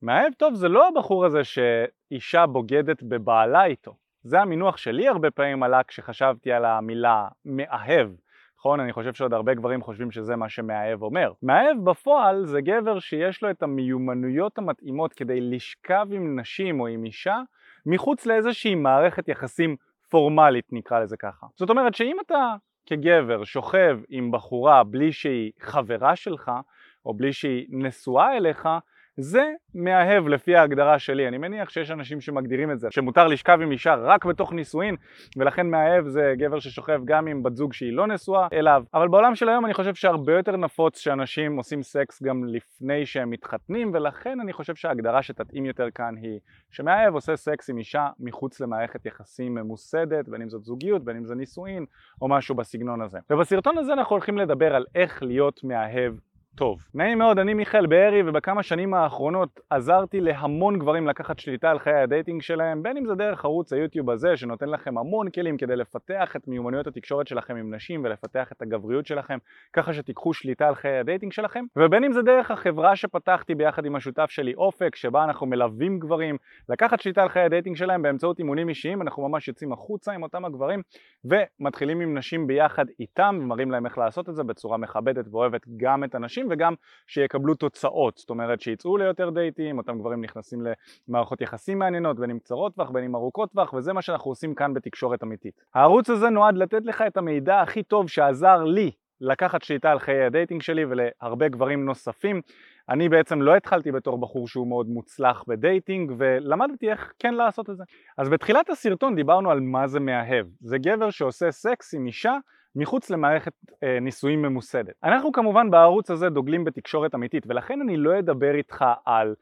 מאהב טוב זה לא הבחור הזה שאישה בוגדת בבעלה איתו. זה המינוח שלי הרבה פעמים עלה כשחשבתי על המילה מאהב. נכון? אני חושב שעוד הרבה גברים חושבים שזה מה שמאהב אומר. מאהב בפועל זה גבר שיש לו את המיומנויות המתאימות כדי לשכב עם נשים או עם אישה מחוץ לאיזושהי מערכת יחסים פורמלית, נקרא לזה ככה. זאת אומרת שאם אתה כגבר שוכב עם בחורה בלי שהיא חברה שלך או בלי שהיא נשואה אליך, זה מאהב לפי ההגדרה שלי. אני מניח שיש אנשים שמגדירים את זה, שמותר לשכב עם אישה רק בתוך נישואין, ולכן מאהב זה גבר ששוכב גם עם בת זוג שהיא לא נשואה אליו. אבל בעולם של היום אני חושב שהרבה יותר נפוץ שאנשים עושים סקס גם לפני שהם מתחתנים, ולכן אני חושב שההגדרה שתתאים יותר כאן היא שמאהב עושה סקס עם אישה מחוץ למערכת יחסים ממוסדת, בין אם זאת זוגיות, בין אם זה נישואין או משהו בסגנון הזה. ובסרטון הזה אנחנו הולכים לדבר על איך להיות מאהב טוב. נעים מאוד, אני מיכאל בארי, ובכמה שנים האחרונות עזרתי להמון גברים לקחת שליטה על חיי הדייטינג שלהם, בין אם זה דרך ערוץ היוטיוב הזה שנותן לכם המון כלים כדי לפתח את מיומנויות התקשורת שלכם עם נשים ולפתח את הגבריות שלכם ככה שתיקחו שליטה על חיי הדייטינג שלכם, ובין אם זה דרך החברה שפתחתי ביחד עם השותף שלי אופק, שבה אנחנו מלווים גברים לקחת שליטה על חיי הדייטינג שלהם באמצעות אימונים אישיים. אנחנו ממש יוצאים החוצה עם אותם הגברים ומתחילים עם נשים ביחד איתם ומראים להם איך לעשות את זה בצורה מכבדת ואוהבת גם את הנשים וגם שיקבלו תוצאות, זאת אומרת שיצאו ליותר דייטים, אותם גברים נכנסים למערכות יחסים מעניינות, בין אם קצרות טווח, בין אם ארוכות טווח, וזה מה שאנחנו עושים כאן בתקשורת אמיתית. הערוץ הזה נועד לתת לך את המידע הכי טוב שעזר לי לקחת שליטה על חיי הדייטינג שלי ולהרבה גברים נוספים. אני בעצם לא התחלתי בתור בחור שהוא מאוד מוצלח בדייטינג ולמדתי איך כן לעשות את זה. אז בתחילת הסרטון דיברנו על מה זה מאהב. זה גבר שעושה סקס עם אישה מחוץ למערכת נישואים ממוסדת. אנחנו כמובן בערוץ הזה דוגלים בתקשורת אמיתית, ולכן אני לא אדבר איתך על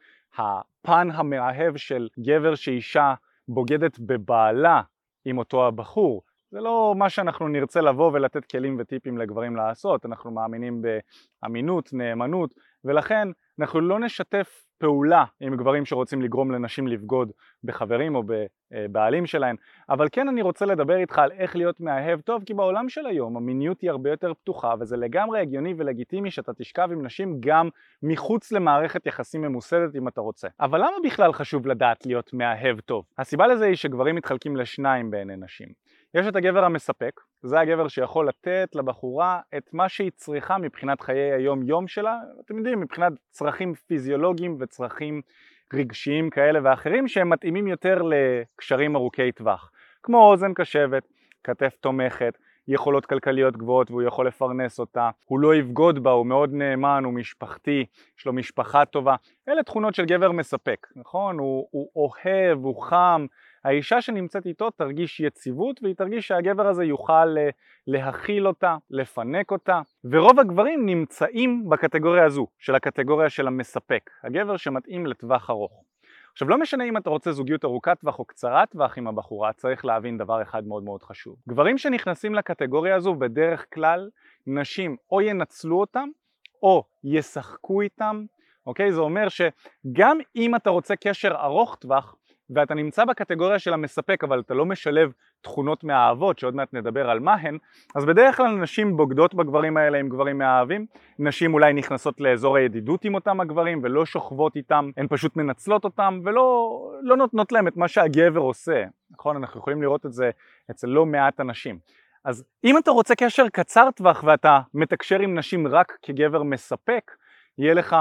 הפן המאהב של גבר שאישה בוגדת בבעלה עם אותו הבחור. זה לא מה שאנחנו נרצה לבוא ולתת כלים וטיפים לגברים לעשות. אנחנו מאמינים באמינות, נאמנות, ולכן אנחנו לא נשתף פעולה עם גברים שרוצים לגרום לנשים לבגוד בחברים או בבעלים שלהם. אבל כן אני רוצה לדבר איתך על איך להיות מאהב טוב, כי בעולם של היום המיניות היא הרבה יותר פתוחה, וזה לגמרי הגיוני ולגיטימי שאתה תשכב עם נשים גם מחוץ למערכת יחסים ממוסדת אם אתה רוצה. אבל למה בכלל חשוב לדעת להיות מאהב טוב? הסיבה לזה היא שגברים מתחלקים לשניים בעיני נשים. יש את הגבר המספק, זה הגבר שיכול לתת לבחורה את מה שהיא צריכה מבחינת חיי היום יום שלה, אתם יודעים, מבחינת צרכים פיזיולוגיים וצרכים רגשיים כאלה ואחרים שהם מתאימים יותר לקשרים ארוכי טווח, כמו אוזן קשבת, כתף תומכת, יכולות כלכליות גבוהות והוא יכול לפרנס אותה, הוא לא יבגוד בה, הוא מאוד נאמן, הוא משפחתי, יש לו משפחה טובה. אלה תכונות של גבר מספק, נכון? הוא אוהב, הוא חם. האישה שנמצאת איתו תרגיש יציבות והיא תרגיש שהגבר הזה יוכל להכיל אותה, לפנק אותה, ורוב הגברים נמצאים בקטגוריה הזו, של הקטגוריה של המספק, הגבר שמתאים לטווח ארוך. עכשיו לא משנה אם אתה רוצה זוגיות ארוכת טווח או קצרת טווח עם הבחורה, צריך להבין דבר אחד מאוד מאוד חשוב. גברים שנכנסים לקטגוריה הזו בדרך כלל נשים או ינצלו אותם או ישחקו איתם, אוקיי? זה אומר שגם אם אתה רוצה קשר ארוך טווח ואתה נמצא בקטגוריה של המספק אבל אתה לא משלב תכונות מהאהבות שעוד מעט נדבר על מה הן, אז בדרך כלל נשים בוגדות בגברים האלה עם גברים מאהבים, נשים אולי נכנסות לאזור הידידות עם אותם הגברים ולא שוכבות איתם, הן פשוט מנצלות אותם ולא נותנות להם את מה שהגבר עושה, נכון? אנחנו יכולים לראות את זה אצל לא מעט אנשים. אז אם אתה רוצה קשר קצר טווח ואתה מתקשר עם נשים רק כגבר מספק, יהיה לך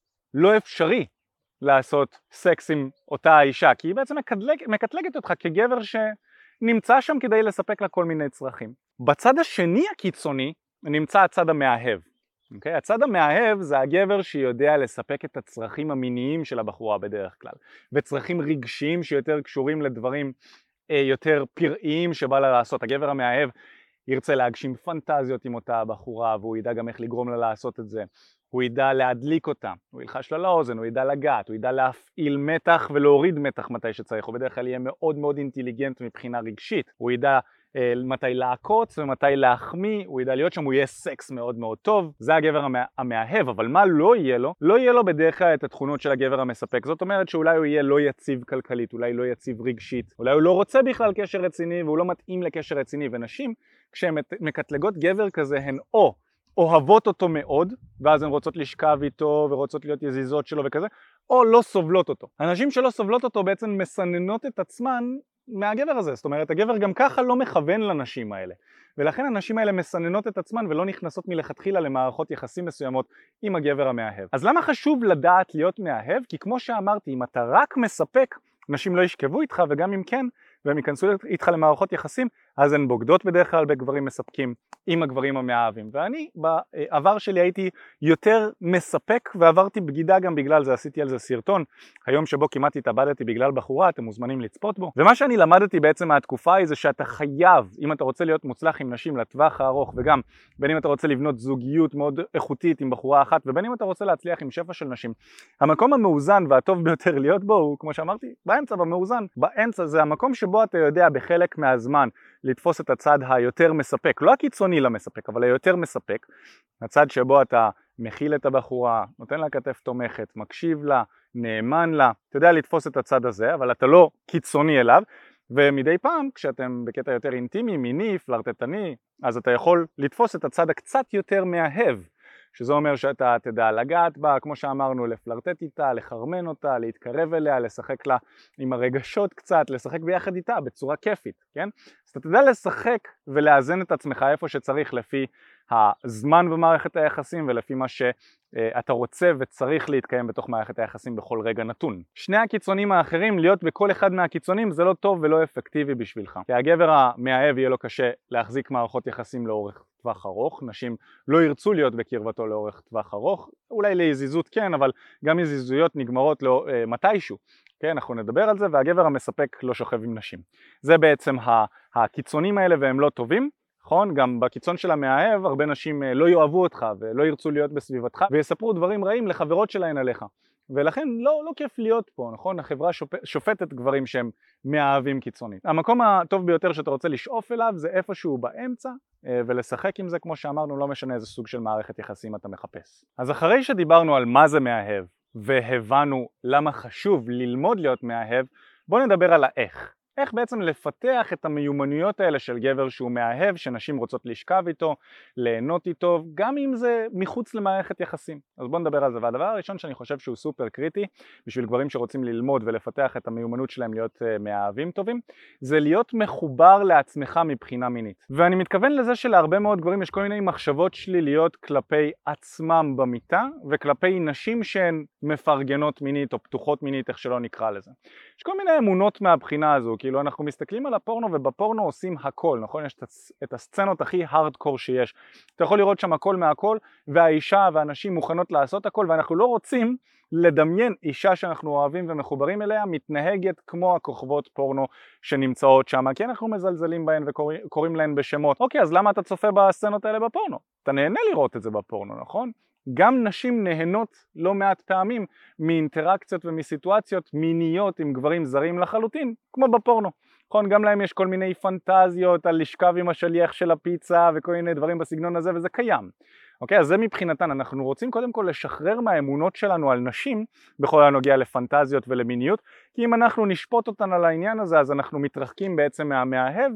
לא אפשרי לעשות סקס עם אותה האישה, כי היא בעצם מקטלגת אותך כגבר שנמצא שם כדי לספק לה כל מיני צרכים. בצד השני הקיצוני נמצא הצד המאהב. Okay? הצד המאהב זה הגבר שיודע לספק את הצרכים המיניים של הבחורה בדרך כלל, וצרכים רגשיים שיותר קשורים לדברים יותר פראיים שבא לה לעשות. הגבר המאהב ירצה להגשים פנטזיות עם אותה הבחורה, והוא ידע גם איך לגרום לה לעשות את זה. הוא ידע להדליק אותה, הוא ילחש לה לאוזן, הוא ידע לגעת, הוא ידע להפעיל מתח ולהוריד מתח מתי שצריך, הוא בדרך כלל יהיה מאוד מאוד אינטליגנט מבחינה רגשית, הוא ידע מתי לעקוץ ומתי להחמיא, הוא ידע להיות שם, הוא יהיה סקס מאוד מאוד טוב, זה הגבר המאהב. אבל מה לא יהיה לו? לא יהיה לו בדרך כלל את התכונות של הגבר המספק. זאת אומרת שאולי הוא יהיה לא יציב כלכלית, אולי לא יציב רגשית, אולי הוא לא רוצה בכלל קשר רציני והוא לא מתאים לקשר רציני. ונשים כשהן מקטלגות גבר כזה הן או אוהבות אותו מאוד, ואז הן רוצות לשכב איתו ורוצות להיות יזיזות שלו וכזה, או לא סובלות אותו. הנשים שלא סובלות אותו בעצם מסננות את עצמן מהגבר הזה, זאת אומרת הגבר גם ככה לא מכוון לנשים האלה, ולכן הנשים האלה מסננות את עצמן ולא נכנסות מלכתחילה למערכות יחסים מסוימות עם הגבר המאהב. אז למה חשוב לדעת להיות מאהב? כי כמו שאמרתי, אם אתה רק מספק, נשים לא ישכבו איתך, וגם אם כן, והם ייכנסו איתך למערכות יחסים, אז הן בוגדות בדרך כלל בגברים מספקים עם הגברים המאהבים. ואני בעבר שלי הייתי יותר מספק ועברתי בגידה גם בגלל זה, עשיתי על זה סרטון, היום שבו כמעט התאבדתי בגלל בחורה, אתם מוזמנים לצפות בו. ומה שאני למדתי בעצם מהתקופה היא זה שאתה חייב, אם אתה רוצה להיות מוצלח עם נשים לטווח הארוך, וגם בין אם אתה רוצה לבנות זוגיות מאוד איכותית עם בחורה אחת, ובין אם אתה רוצה להצליח עם שפע של נשים, המקום המאוזן והטוב ביותר להיות בו הוא, כמו שאמרתי, באמצע, במאוזן. באמצע זה המקום שבו אתה יודע בחלק מהזמן לתפוס את הצד היותר מספק, לא הקיצוני למספק, אבל היותר מספק, הצד שבו אתה מכיל את הבחורה, נותן לה כתף תומכת, מקשיב לה, נאמן לה, אתה יודע לתפוס את הצד הזה, אבל אתה לא קיצוני אליו, ומדי פעם כשאתם בקטע יותר אינטימי, מיני, פלרטטני, אז אתה יכול לתפוס את הצד הקצת יותר מאהב, שזה אומר שאתה תדע לגעת בה, כמו שאמרנו, לפלרטט איתה, לחרמן אותה, להתקרב אליה, לשחק לה עם הרגשות קצת, לשחק ביחד איתה בצורה כיפית, כן? אז אתה תדע לשחק ולאזן את עצמך איפה שצריך לפי הזמן במערכת היחסים ולפי מה שאתה רוצה וצריך להתקיים בתוך מערכת היחסים בכל רגע נתון. שני הקיצונים האחרים, להיות בכל אחד מהקיצונים זה לא טוב ולא אפקטיבי בשבילך. כי הגבר המאהב יהיה לו קשה להחזיק מערכות יחסים לאורך טווח ארוך, נשים לא ירצו להיות בקרבתו לאורך טווח ארוך, אולי ליזיזות כן, אבל גם יזיזויות נגמרות מתישהו. כן, אנחנו נדבר על זה, והגבר המספק לא שוכב עם נשים. זה בעצם הקיצונים האלה והם לא טובים. נכון? גם בקיצון של המאהב הרבה נשים לא יאהבו אותך ולא ירצו להיות בסביבתך ויספרו דברים רעים לחברות שלהן עליך, ולכן לא כיף להיות פה, נכון? החברה שופטת גברים שהם מאהבים קיצונית. המקום הטוב ביותר שאתה רוצה לשאוף אליו זה איפשהו באמצע ולשחק עם זה, כמו שאמרנו, לא משנה איזה סוג של מערכת יחסים אתה מחפש. אז אחרי שדיברנו על מה זה מאהב והבנו למה חשוב ללמוד להיות מאהב, בואו נדבר על האיך. איך בעצם לפתח את המיומנויות האלה של גבר שהוא מאהב, שנשים רוצות לשכב איתו, ליהנות איתו, גם אם זה מחוץ למערכת יחסים. אז בואו נדבר על זה. והדבר הראשון שאני חושב שהוא סופר קריטי, בשביל גברים שרוצים ללמוד ולפתח את המיומנות שלהם להיות מאהבים טובים, זה להיות מחובר לעצמך מבחינה מינית. ואני מתכוון לזה שלהרבה מאוד גברים יש כל מיני מחשבות שליליות כלפי עצמם במיטה, וכלפי נשים שהן מפרגנות מינית או פתוחות מינית, איך שלא נקרא לזה. יש כל מיני אמונות מהבחינה הזו, כאילו אנחנו מסתכלים על הפורנו ובפורנו עושים הכל, נכון? יש את הסצנות הכי הארדקור שיש. אתה יכול לראות שם הכל מהכל, והאישה והנשים מוכנות לעשות הכל, ואנחנו לא רוצים לדמיין אישה שאנחנו אוהבים ומחוברים אליה מתנהגת כמו הכוכבות פורנו שנמצאות שם, כי אנחנו מזלזלים בהן וקוראים להן בשמות. אוקיי, אז למה אתה צופה בסצנות האלה בפורנו? אתה נהנה לראות את זה בפורנו, נכון? גם נשים נהנות לא מעט פעמים מאינטראקציות ומסיטואציות מיניות עם גברים זרים לחלוטין, כמו בפורנו. נכון, גם להם יש כל מיני פנטזיות על לשכב עם השליח של הפיצה וכל מיני דברים בסגנון הזה, וזה קיים. אוקיי, אז זה מבחינתן, אנחנו רוצים קודם כל לשחרר מהאמונות שלנו על נשים בכל הנוגע לפנטזיות ולמיניות, כי אם אנחנו נשפוט אותן על העניין הזה, אז אנחנו מתרחקים בעצם מהמאהב,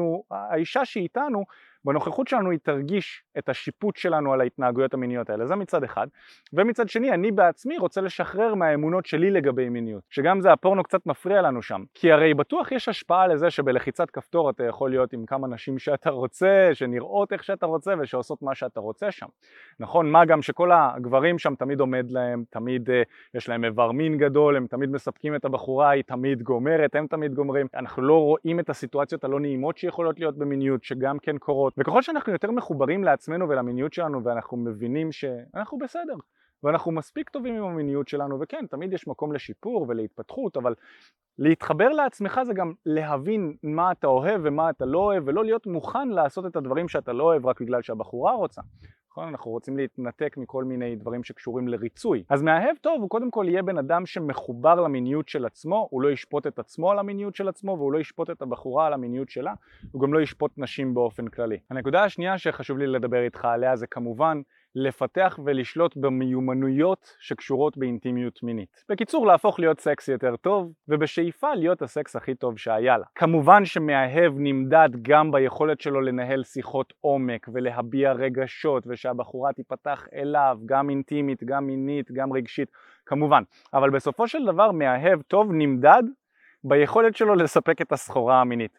האישה שאיתנו בנוכחות שלנו היא תרגיש את השיפוט שלנו על ההתנהגויות המיניות האלה. זה מצד אחד. ומצד שני, אני בעצמי רוצה לשחרר מהאמונות שלי לגבי מיניות, שגם זה הפורנו קצת מפריע לנו שם. כי הרי בטוח יש השפעה לזה שבלחיצת כפתור אתה יכול להיות עם כמה נשים שאתה רוצה, שנראות איך שאתה רוצה ושעושות מה שאתה רוצה שם. נכון? מה גם שכל הגברים שם תמיד עומד להם, תמיד יש להם איבר מין גדול, הם תמיד מספקים את הבחורה, היא תמיד גומרת, הם תמיד גומרים. אנחנו לא רואים את הסיטואציות הלא נעימות שיכולות להיות במיניות, שגם כן קורות. וככל שאנחנו יותר מחוברים לעצמנו ולמיניות שלנו ואנחנו מבינים שאנחנו בסדר ואנחנו מספיק טובים עם המיניות שלנו, וכן, תמיד יש מקום לשיפור ולהתפתחות, אבל להתחבר לעצמך זה גם להבין מה אתה אוהב ומה אתה לא אוהב, ולא להיות מוכן לעשות את הדברים שאתה לא אוהב רק בגלל שהבחורה רוצה. אנחנו רוצים להתנתק מכל מיני דברים שקשורים לריצוי. אז מאהב טוב הוא קודם כל יהיה בן אדם שמחובר למיניות של עצמו, הוא לא ישפוט את עצמו על המיניות של עצמו, והוא לא ישפוט את הבחורה על המיניות שלה, הוא גם לא ישפוט נשים באופן כללי. הנקודה השנייה שחשוב לי לדבר איתך עליה זה כמובן לפתח ולשלוט במיומנויות שקשורות באינטימיות מינית. בקיצור, להפוך להיות סקס יותר טוב, ובשאיפה להיות הסקס הכי טוב שהיה לה. כמובן שמאהב נמדד גם ביכולת שלו לנהל שיחות עומק ולהביע רגשות, ושהבחורה תיפתח אליו, גם אינטימית, גם מינית, גם רגשית, כמובן. אבל בסופו של דבר מאהב טוב נמדד ביכולת שלו לספק את הסחורה המינית.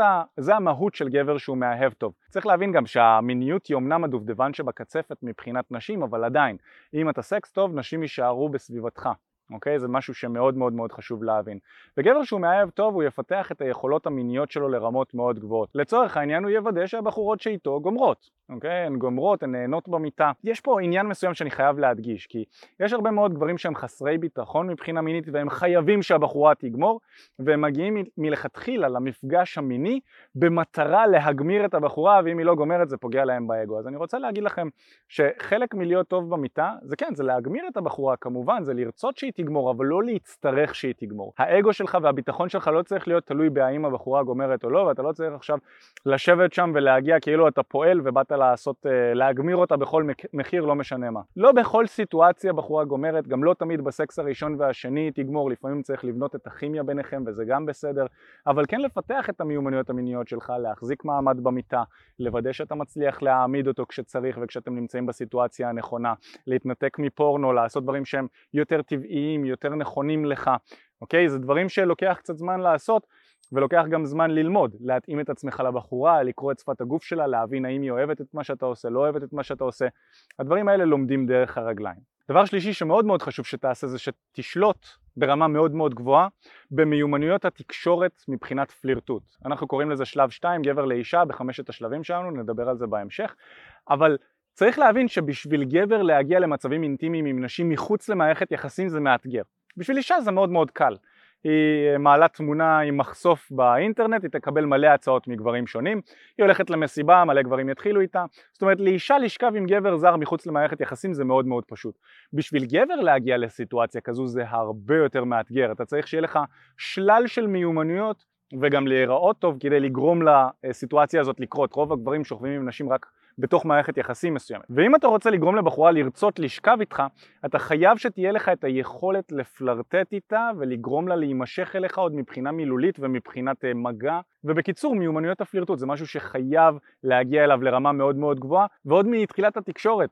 זה המהות של גבר שהוא מאהב טוב. צריך להבין גם שהמיניות היא אומנם הדובדבן שבקצפת מבחינת נשים, אבל עדיין, אם אתה סקס טוב, נשים יישארו בסביבתך. אוקיי? זה משהו שמאוד מאוד מאוד חשוב להבין. וגבר שהוא מאהב טוב, הוא יפתח את היכולות המיניות שלו לרמות מאוד גבוהות. לצורך העניין הוא יוודא שהבחורות שאיתו גומרות. אוקיי? הן גומרות, הן נהנות במיטה. יש פה עניין מסוים שאני חייב להדגיש, כי יש הרבה מאוד גברים שהם חסרי ביטחון מבחינה מינית, והם חייבים שהבחורה תגמור, והם מגיעים מלכתחילה למפגש המיני, במטרה להגמיר את הבחורה, ואם היא לא גומרת זה פוגע להם באגו. אז אני רוצה להגיד לכם שחלק מלהיות טוב במיטה, זה כן, זה להגמיר את הבחורה כמובן, זה לרצות שהיא תגמור, אבל לא להצטרך שהיא תגמור. האגו שלך והביטחון שלך לא צריך להיות תלוי בהאם הבחורה גומרת או לא, ואתה לא צריך עכשיו לשבת שם ולהגיע כאילו אתה פועל ובאת להגמיר אותה בכל מחיר, לא משנה מה. לא בכל סיטואציה בחורה גומרת, גם לא תמיד בסקס הראשון והשני תגמור, לפעמים צריך לבנות את הכימיה ביניכם וזה גם בסדר, אבל כן לפתח את המיומנויות המיניות שלך, להחזיק מעמד במיטה, לוודא שאתה מצליח להעמיד אותו כשצריך וכשאתם נמצאים בסיטואציה הנכונה, להתנתק מפורנו, לעשות דברים שהם יותר טבעיים, יותר נכונים לך, אוקיי? זה דברים שלוקח קצת זמן לעשות, ולוקח גם זמן ללמוד, להתאים את עצמך לבחורה, לקרוא את שפת הגוף שלה, להבין האם היא אוהבת את מה שאתה עושה, לא אוהבת את מה שאתה עושה. הדברים האלה לומדים דרך הרגליים. דבר שלישי שמאוד מאוד חשוב שתעשה זה שתשלוט ברמה מאוד מאוד גבוהה במיומנויות התקשורת מבחינת פלירטוט. אנחנו קוראים לזה שלב 2, גבר לאישה, בחמשת השלבים שלנו, נדבר על זה בהמשך. אבל צריך להבין שבשביל גבר להגיע למצבים אינטימיים עם נשים מחוץ למערכת יחסים זה מאתגר. בשביל אישה זה מאוד מאוד קל. היא מעלה תמונה עם מחשוף באינטרנט, היא תקבל מלא הצעות מגברים שונים, היא הולכת למסיבה, מלא גברים יתחילו איתה. זאת אומרת, לאישה לשכב עם גבר זר מחוץ למערכת יחסים זה מאוד מאוד פשוט. בשביל גבר להגיע לסיטואציה כזו זה הרבה יותר מאתגר. אתה צריך שיהיה לך שלל של מיומנויות וגם להיראות טוב כדי לגרום לסיטואציה הזאת לקרות. רוב הגברים שוכבים עם נשים רק בתוך מערכת יחסים מסוימת. ואם אתה רוצה לגרום לבחורה לרצות לשכב איתך, אתה חייב שתהיה לך את היכולת לפלרטט איתה ולגרום לה להימשך אליך עוד מבחינה מילולית ומבחינת מגע. ובקיצור, מיומנויות הפלירטוט זה משהו שחייב להגיע אליו לרמה מאוד מאוד גבוהה, ועוד מתחילת התקשורת,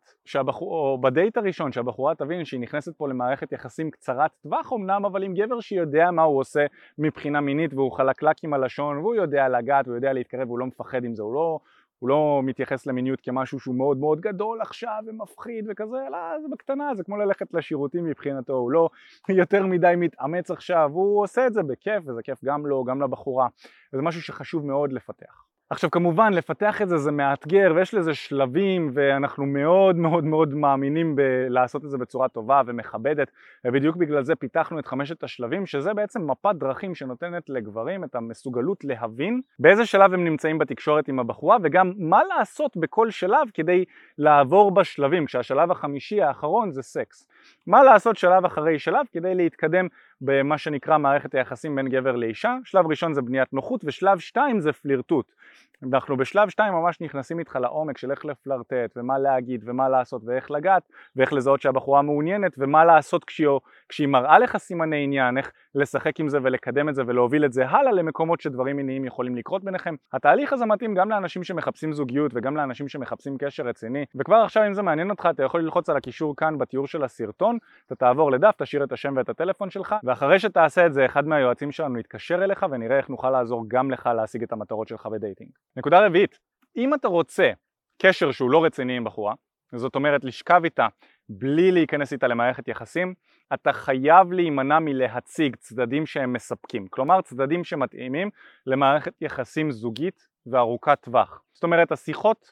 או בדייט הראשון, שהבחורה תבין שהיא נכנסת פה למערכת יחסים קצרת טווח אמנם, אבל עם גבר שיודע מה הוא עושה מבחינה מינית, והוא חלקלק עם הלשון, והוא יודע לגעת, הוא יודע להתקרב, והוא לא מפחד עם זה, הוא לא מתייחס למיניות כמשהו שהוא מאוד מאוד גדול עכשיו ומפחיד וכזה, אלא זה בקטנה, זה כמו ללכת לשירותים מבחינתו, הוא לא יותר מדי מתאמץ עכשיו, הוא עושה את זה בכיף, וזה כיף גם לו, גם לבחורה, וזה משהו שחשוב מאוד לפתח. עכשיו כמובן לפתח את זה זה מאתגר ויש לזה שלבים ואנחנו מאוד מאוד מאוד מאמינים לעשות את זה בצורה טובה ומכבדת, ובדיוק בגלל זה פיתחנו את 5 השלבים, שזה בעצם מפת דרכים שנותנת לגברים את המסוגלות להבין באיזה שלב הם נמצאים בתקשורת עם הבחורה, וגם מה לעשות בכל שלב כדי לעבור בשלבים, כשהשלב החמישי האחרון זה סקס. מה לעשות שלב אחרי שלב כדי להתקדם במה שנקרא מערכת היחסים בין גבר לאישה. שלב ראשון זה בניית נוחות, ושלב 2 זה פלירטוט. אנחנו בשלב 2 ממש נכנסים איתך לעומק של איך לפלרטט ומה להגיד ומה לעשות ואיך לגעת ואיך לזהות שהבחורה מעוניינת ומה לעשות כשהיא מראה לך סימני עניין, איך לשחק עם זה ולקדם את זה ולהוביל את זה הלאה למקומות שדברים מיניים יכולים לקרות ביניכם. התהליך הזה מתאים גם לאנשים שמחפשים זוגיות וגם לאנשים שמחפשים קשר רציני, וכבר עכשיו אם זה מעניין אותך אתה יכול ללחוץ על הקישור כאן בתיאור של הסרטון, אתה תעבור לדף, תשאיר את השם ואת הטלפון שלך, ואחרי שתעשה את זה אחד מהיועצים שלנו יתקשר אליך ונראה איך נוכל לעזור גם לך להשיג את המטרות שלך בדייטינג. נקודה רביעית, אם אתה רוצה קשר שהוא לא רציני עם בחורה, זאת אומרת לשכב איתה בלי להיכנס איתה למערכת יחסים, אתה חייב להימנע מלהציג צדדים שהם מספקים, כלומר צדדים שמתאימים למערכת יחסים זוגית וארוכת טווח. זאת אומרת השיחות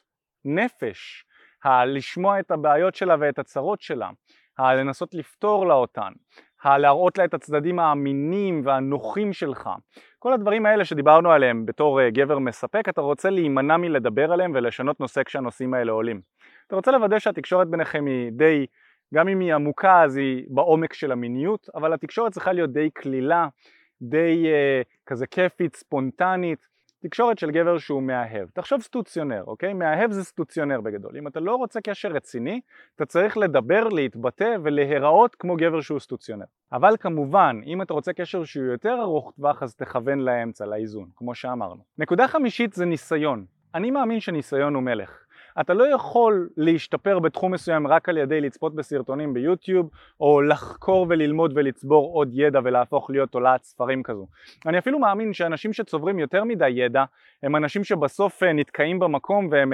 נפש, לשמוע את הבעיות שלה ואת הצרות שלה, לנסות לפתור לה אותן, להראות לה את הצדדים האמינים והנוחים שלך, כל הדברים האלה שדיברנו עליהם בתור גבר מספק, אתה רוצה להימנע מלדבר עליהם ולשנות נושא כשהנושאים האלה עולים. אתה רוצה לוודא שהתקשורת ביניכם היא די, גם אם היא עמוקה אז היא בעומק של המיניות, אבל התקשורת צריכה להיות די כלילה, די כזה כיפית, ספונטנית. תקשורת של גבר שהוא מאהב. תחשוב סטוציונר, אוקיי? מאהב זה סטוציונר בגדול. אם אתה לא רוצה קשר רציני, אתה צריך לדבר, להתבטא ולהיראות כמו גבר שהוא סטוציונר. אבל כמובן, אם אתה רוצה קשר שהוא יותר ארוך טווח, אז תכוון לאמצע, לאיזון, כמו שאמרנו. נקודה חמישית זה ניסיון. אני מאמין שניסיון הוא מלך. אתה לא יכול להשתפר בתחום מסוים רק על ידי לצפות בסרטונים ביוטיוב, או לחקור וללמוד ולצבור עוד ידע ולהפוך להיות תולעת ספרים כזו. אני אפילו מאמין שאנשים שצוברים יותר מדי ידע, הם אנשים שבסוף נתקעים במקום והם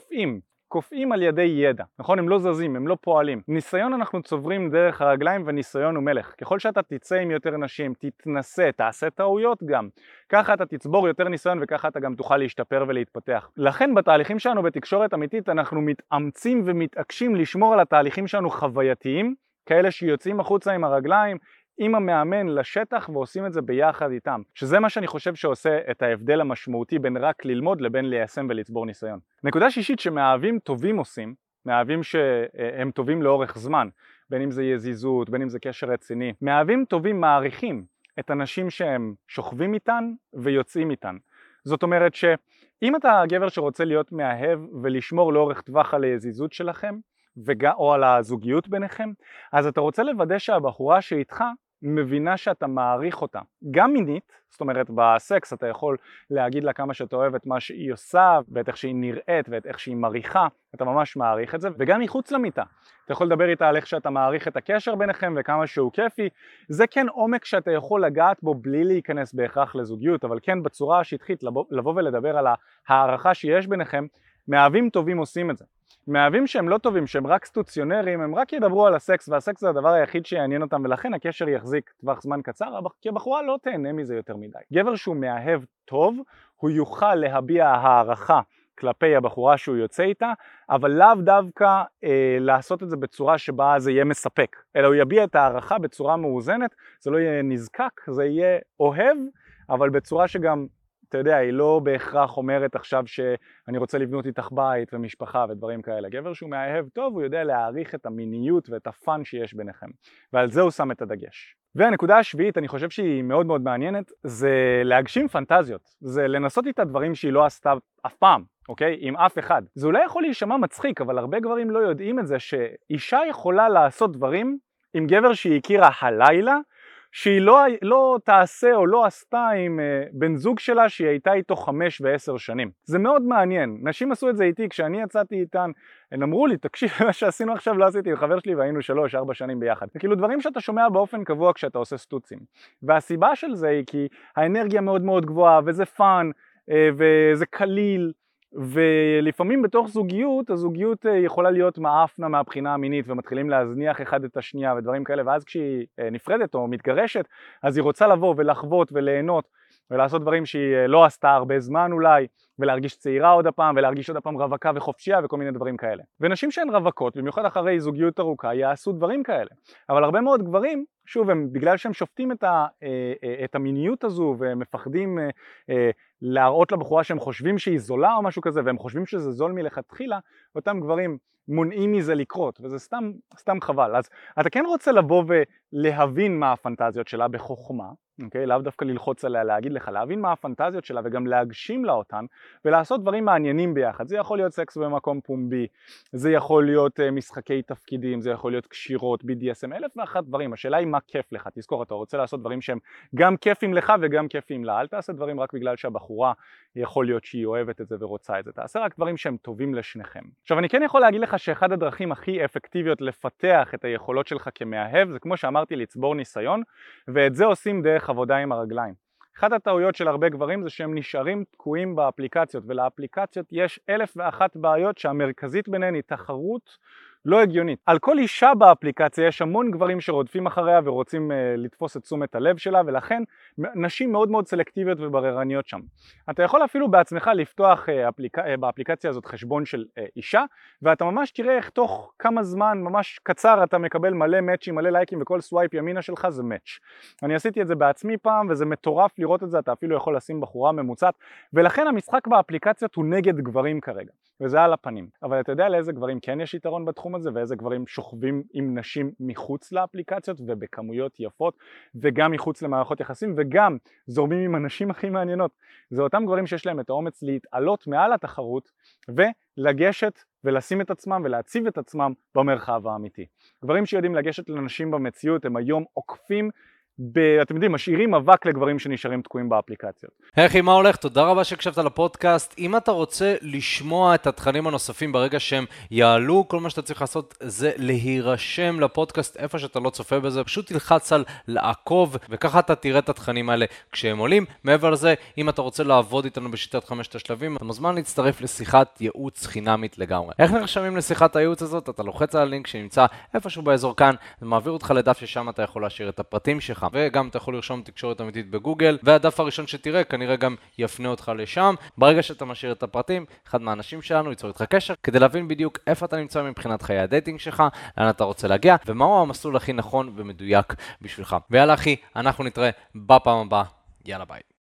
קופאים על ידי ידע, נכון? הם לא זזים, הם לא פועלים. ניסיון אנחנו צוברים דרך הרגליים וניסיון הוא מלך. ככל שאתה תצא עם יותר נשים, תתנסה, תעשה טעויות גם. ככה אתה תצבור יותר ניסיון וככה אתה גם תוכל להשתפר ולהתפתח. לכן בתהליכים שלנו בתקשורת אמיתית אנחנו מתאמצים ומתעקשים לשמור על התהליכים שלנו חווייתיים, כאלה שיוצאים החוצה עם הרגליים, עם המאמן לשטח ועושים את זה ביחד איתם, שזה מה שאני חושב שעושה את ההבדל המשמעותי בין רק ללמוד לבין ליישם ולצבור ניסיון. נקודה שישית שמאהבים טובים עושים, מאהבים שהם טובים לאורך זמן, בין אם זה יזיזות, בין אם זה קשר רציני, מאהבים טובים מעריכים את הנשים שהם שוכבים איתן ויוצאים איתן. זאת אומרת שאם אתה גבר שרוצה להיות מאהב ולשמור לאורך טווח על היזיזות שלכם, או על הזוגיות ביניכם, אז אתה רוצה לוודא שהבחורה שאיתך מבינה שאתה מעריך אותה. גם מינית, זאת אומרת בסקס אתה יכול להגיד לה כמה שאתה אוהב את מה שהיא עושה, ואת איך שהיא נראית, ואת איך שהיא מריחה, אתה ממש מעריך את זה, וגם מחוץ למיטה. אתה יכול לדבר איתה על איך שאתה מעריך את הקשר ביניכם וכמה שהוא כיפי, זה כן עומק שאתה יכול לגעת בו בלי להיכנס בהכרח לזוגיות, אבל כן בצורה השטחית לבוא ולדבר על הערכה שיש ביניכם, מאהבים טובים עושים את זה. מאהבים שהם לא טובים, שהם רק סטוציונרים, הם רק ידברו על הסקס, והסקס זה הדבר היחיד שיעניין אותם, ולכן הקשר יחזיק טווח זמן קצר, כי הבחורה לא תהנה מזה יותר מדי. גבר שהוא מאהב טוב, הוא יוכל להביע הערכה כלפי הבחורה שהוא יוצא איתה, אבל לאו דווקא לעשות את זה בצורה שבה זה יהיה מספק, אלא הוא יביע את הערכה בצורה מאוזנת, זה לא יהיה נזקק, זה יהיה אוהב, אבל בצורה שגם אתה יודע, היא לא בהכרח אומרת עכשיו שאני רוצה לבנות איתך בית ומשפחה ודברים כאלה. גבר שהוא מאהב טוב, הוא יודע להעריך את המיניות ואת הפן שיש ביניכם. ועל זה הוא שם את הדגש. והנקודה השביעית, אני חושב שהיא מאוד מאוד מעניינת, זה להגשים פנטזיות. זה לנסות איתה דברים שהיא לא עשתה אף פעם, אוקיי? עם אף אחד. זה אולי יכול להישמע מצחיק, אבל הרבה גברים לא יודעים את זה, שאישה יכולה לעשות דברים עם גבר שהיא הכירה הלילה, שהיא לא תעשה או לא עשתה עם בן זוג שלה שהיא הייתה איתו 5 ו10 שנים. זה מאוד מעניין. נשים עשו את זה איתי כשאני יצאתי איתן, הם אמרו לי, תקשיב, מה שעשינו עכשיו לא עשיתי עם חבר שלי והיינו 3-4 שנים ביחד. זה כאילו דברים שאתה שומע באופן קבוע כשאתה עושה סטוצים. והסיבה של זה היא כי האנרגיה מאוד מאוד גבוהה וזה פאן וזה קליל, ולפעמים בתוך זוגיות, הזוגיות יכולה להיות מאפנה מהבחינה המינית ומתחילים להזניח אחד את השנייה ודברים כאלה, ואז כשהיא נפרדת או מתגרשת אז היא רוצה לבוא ולחוות וליהנות ולעשות דברים שהיא לא עשתה הרבה זמן אולי, ולהרגיש צעירה עוד הפעם ולהרגיש עוד הפעם רווקה וחופשייה וכל מיני דברים כאלה. ונשים שהן רווקות, במיוחד אחרי זוגיות ארוכה, יעשו דברים כאלה. אבל הרבה מאוד גברים, שוב, בגלל שהם שופטים את המיניות הזו והם מפחדים להראות לבחורה שהם חושבים שהיא זולה או משהו כזה, והם חושבים שזה זול מלכתחילה, אותם גברים מונעים מזה לקרות, וזה סתם חבל. אז אתה כן רוצה לבוא ולהבין מה הפנטזיות שלה בחוכמה, אוקיי? לאו דווקא ללחוץ עליה, להגיד לך, להבין מה הפנטזיות שלה וגם להגשים לה אותן, ולעשות דברים מעניינים ביחד. זה יכול להיות סקס במקום פומבי, זה יכול להיות משחקי תפקידים, זה יכול להיות קשירות, BDSM, 1001 דברים. השאלה היא מה כיף לך, תזכור, אתה רוצה לעשות דברים שהם גם כיפים לך וגם כיפים לה. אל תעשה דברים רק בגלל שהבחורה יכול להיות שהיא אוהבת את זה ורוצה את זה. תעשה רק דברים שהם טובים לשניכם. עכשיו אני כן יכול להגיד לך שאחד הדרכים הכי אפקטיביות לפתח את היכולות שלך כמאהב, זה כמו שאמרתי, לצבור ניסיון, ואת זה עושים דרך עבודה עם הרגליים. אחת הטעויות של הרבה גברים זה שהם נשארים תקועים באפליקציות, ולאפליקציות יש 1001 בעיות שהמרכזית ביניהן היא תחרות לא הגיונית. על כל אישה באפליקציה יש המון גברים שרודפים אחריה ורוצים לתפוס את תשומת הלב שלה, ולכן נשים מאוד מאוד סלקטיביות ובררניות שם. אתה יכול אפילו בעצמך לפתוח באפליקציה הזאת חשבון של אישה, ואתה ממש תראה איך תוך כמה זמן ממש קצר אתה מקבל מלא מאצ'ים, מלא לייקים, וכל סווייפ ימינה שלך זה מאץ'. אני עשיתי את זה בעצמי פעם וזה מטורף לראות את זה, אתה אפילו יכול לשים בחורה ממוצעת, ולכן המשחק באפליקציות הוא נגד גברים כרגע. וזה על הפנים. אבל אתה יודע לאיזה גברים כן יש יתרון בתחום הזה, ואיזה גברים שוכבים עם נשים מחוץ לאפליקציות ובכמויות יפות, וגם מחוץ למערכות יחסים, וגם זורמים עם הנשים הכי מעניינות. זה אותם גברים שיש להם את האומץ להתעלות מעל התחרות ולגשת ולשים את עצמם ולהציב את עצמם במרחב האמיתי. גברים שיודעים לגשת לנשים במציאות הם היום עוקפים אתם יודעים, משאירים אבק לגברים שנשארים תקועים באפליקציות. היי, מה הולך? תודה רבה שהקשבת לפודקאסט. אם אתה רוצה לשמוע את התכנים הנוספים ברגע שהם יעלו, כל מה שאתה צריך לעשות זה להירשם לפודקאסט איפה שאתה לא צופה בזה. פשוט תלחץ על לעקוב, וככה אתה תראה את התכנים האלה כשהם עולים. מעבר לזה, אם אתה רוצה לעבוד איתנו בשיטת 5 השלבים, אתה מוזמן להצטרף לשיחת ייעוץ חינמית לגמרי. איך נרשמים לשיחת הייעוץ הזאת? אתה לוחץ על הלינק שנמצא איפשהו באזור כאן, זה מעביר אותך לדף ששם אתה יכול להשאיר את הפרטים שלך. וגם אתה יכול לרשום תקשורת אמיתית בגוגל, והדף הראשון שתראה כנראה גם יפנה אותך לשם. ברגע שאתה משאיר את הפרטים, אחד מהאנשים שלנו ייצור איתך קשר, כדי להבין בדיוק איפה אתה נמצא מבחינת חיי הדייטינג שלך, לאן אתה רוצה להגיע, ומהו המסלול הכי נכון ומדויק בשבילך. ויאללה אחי, אנחנו נתראה בפעם הבאה. יאללה ביי.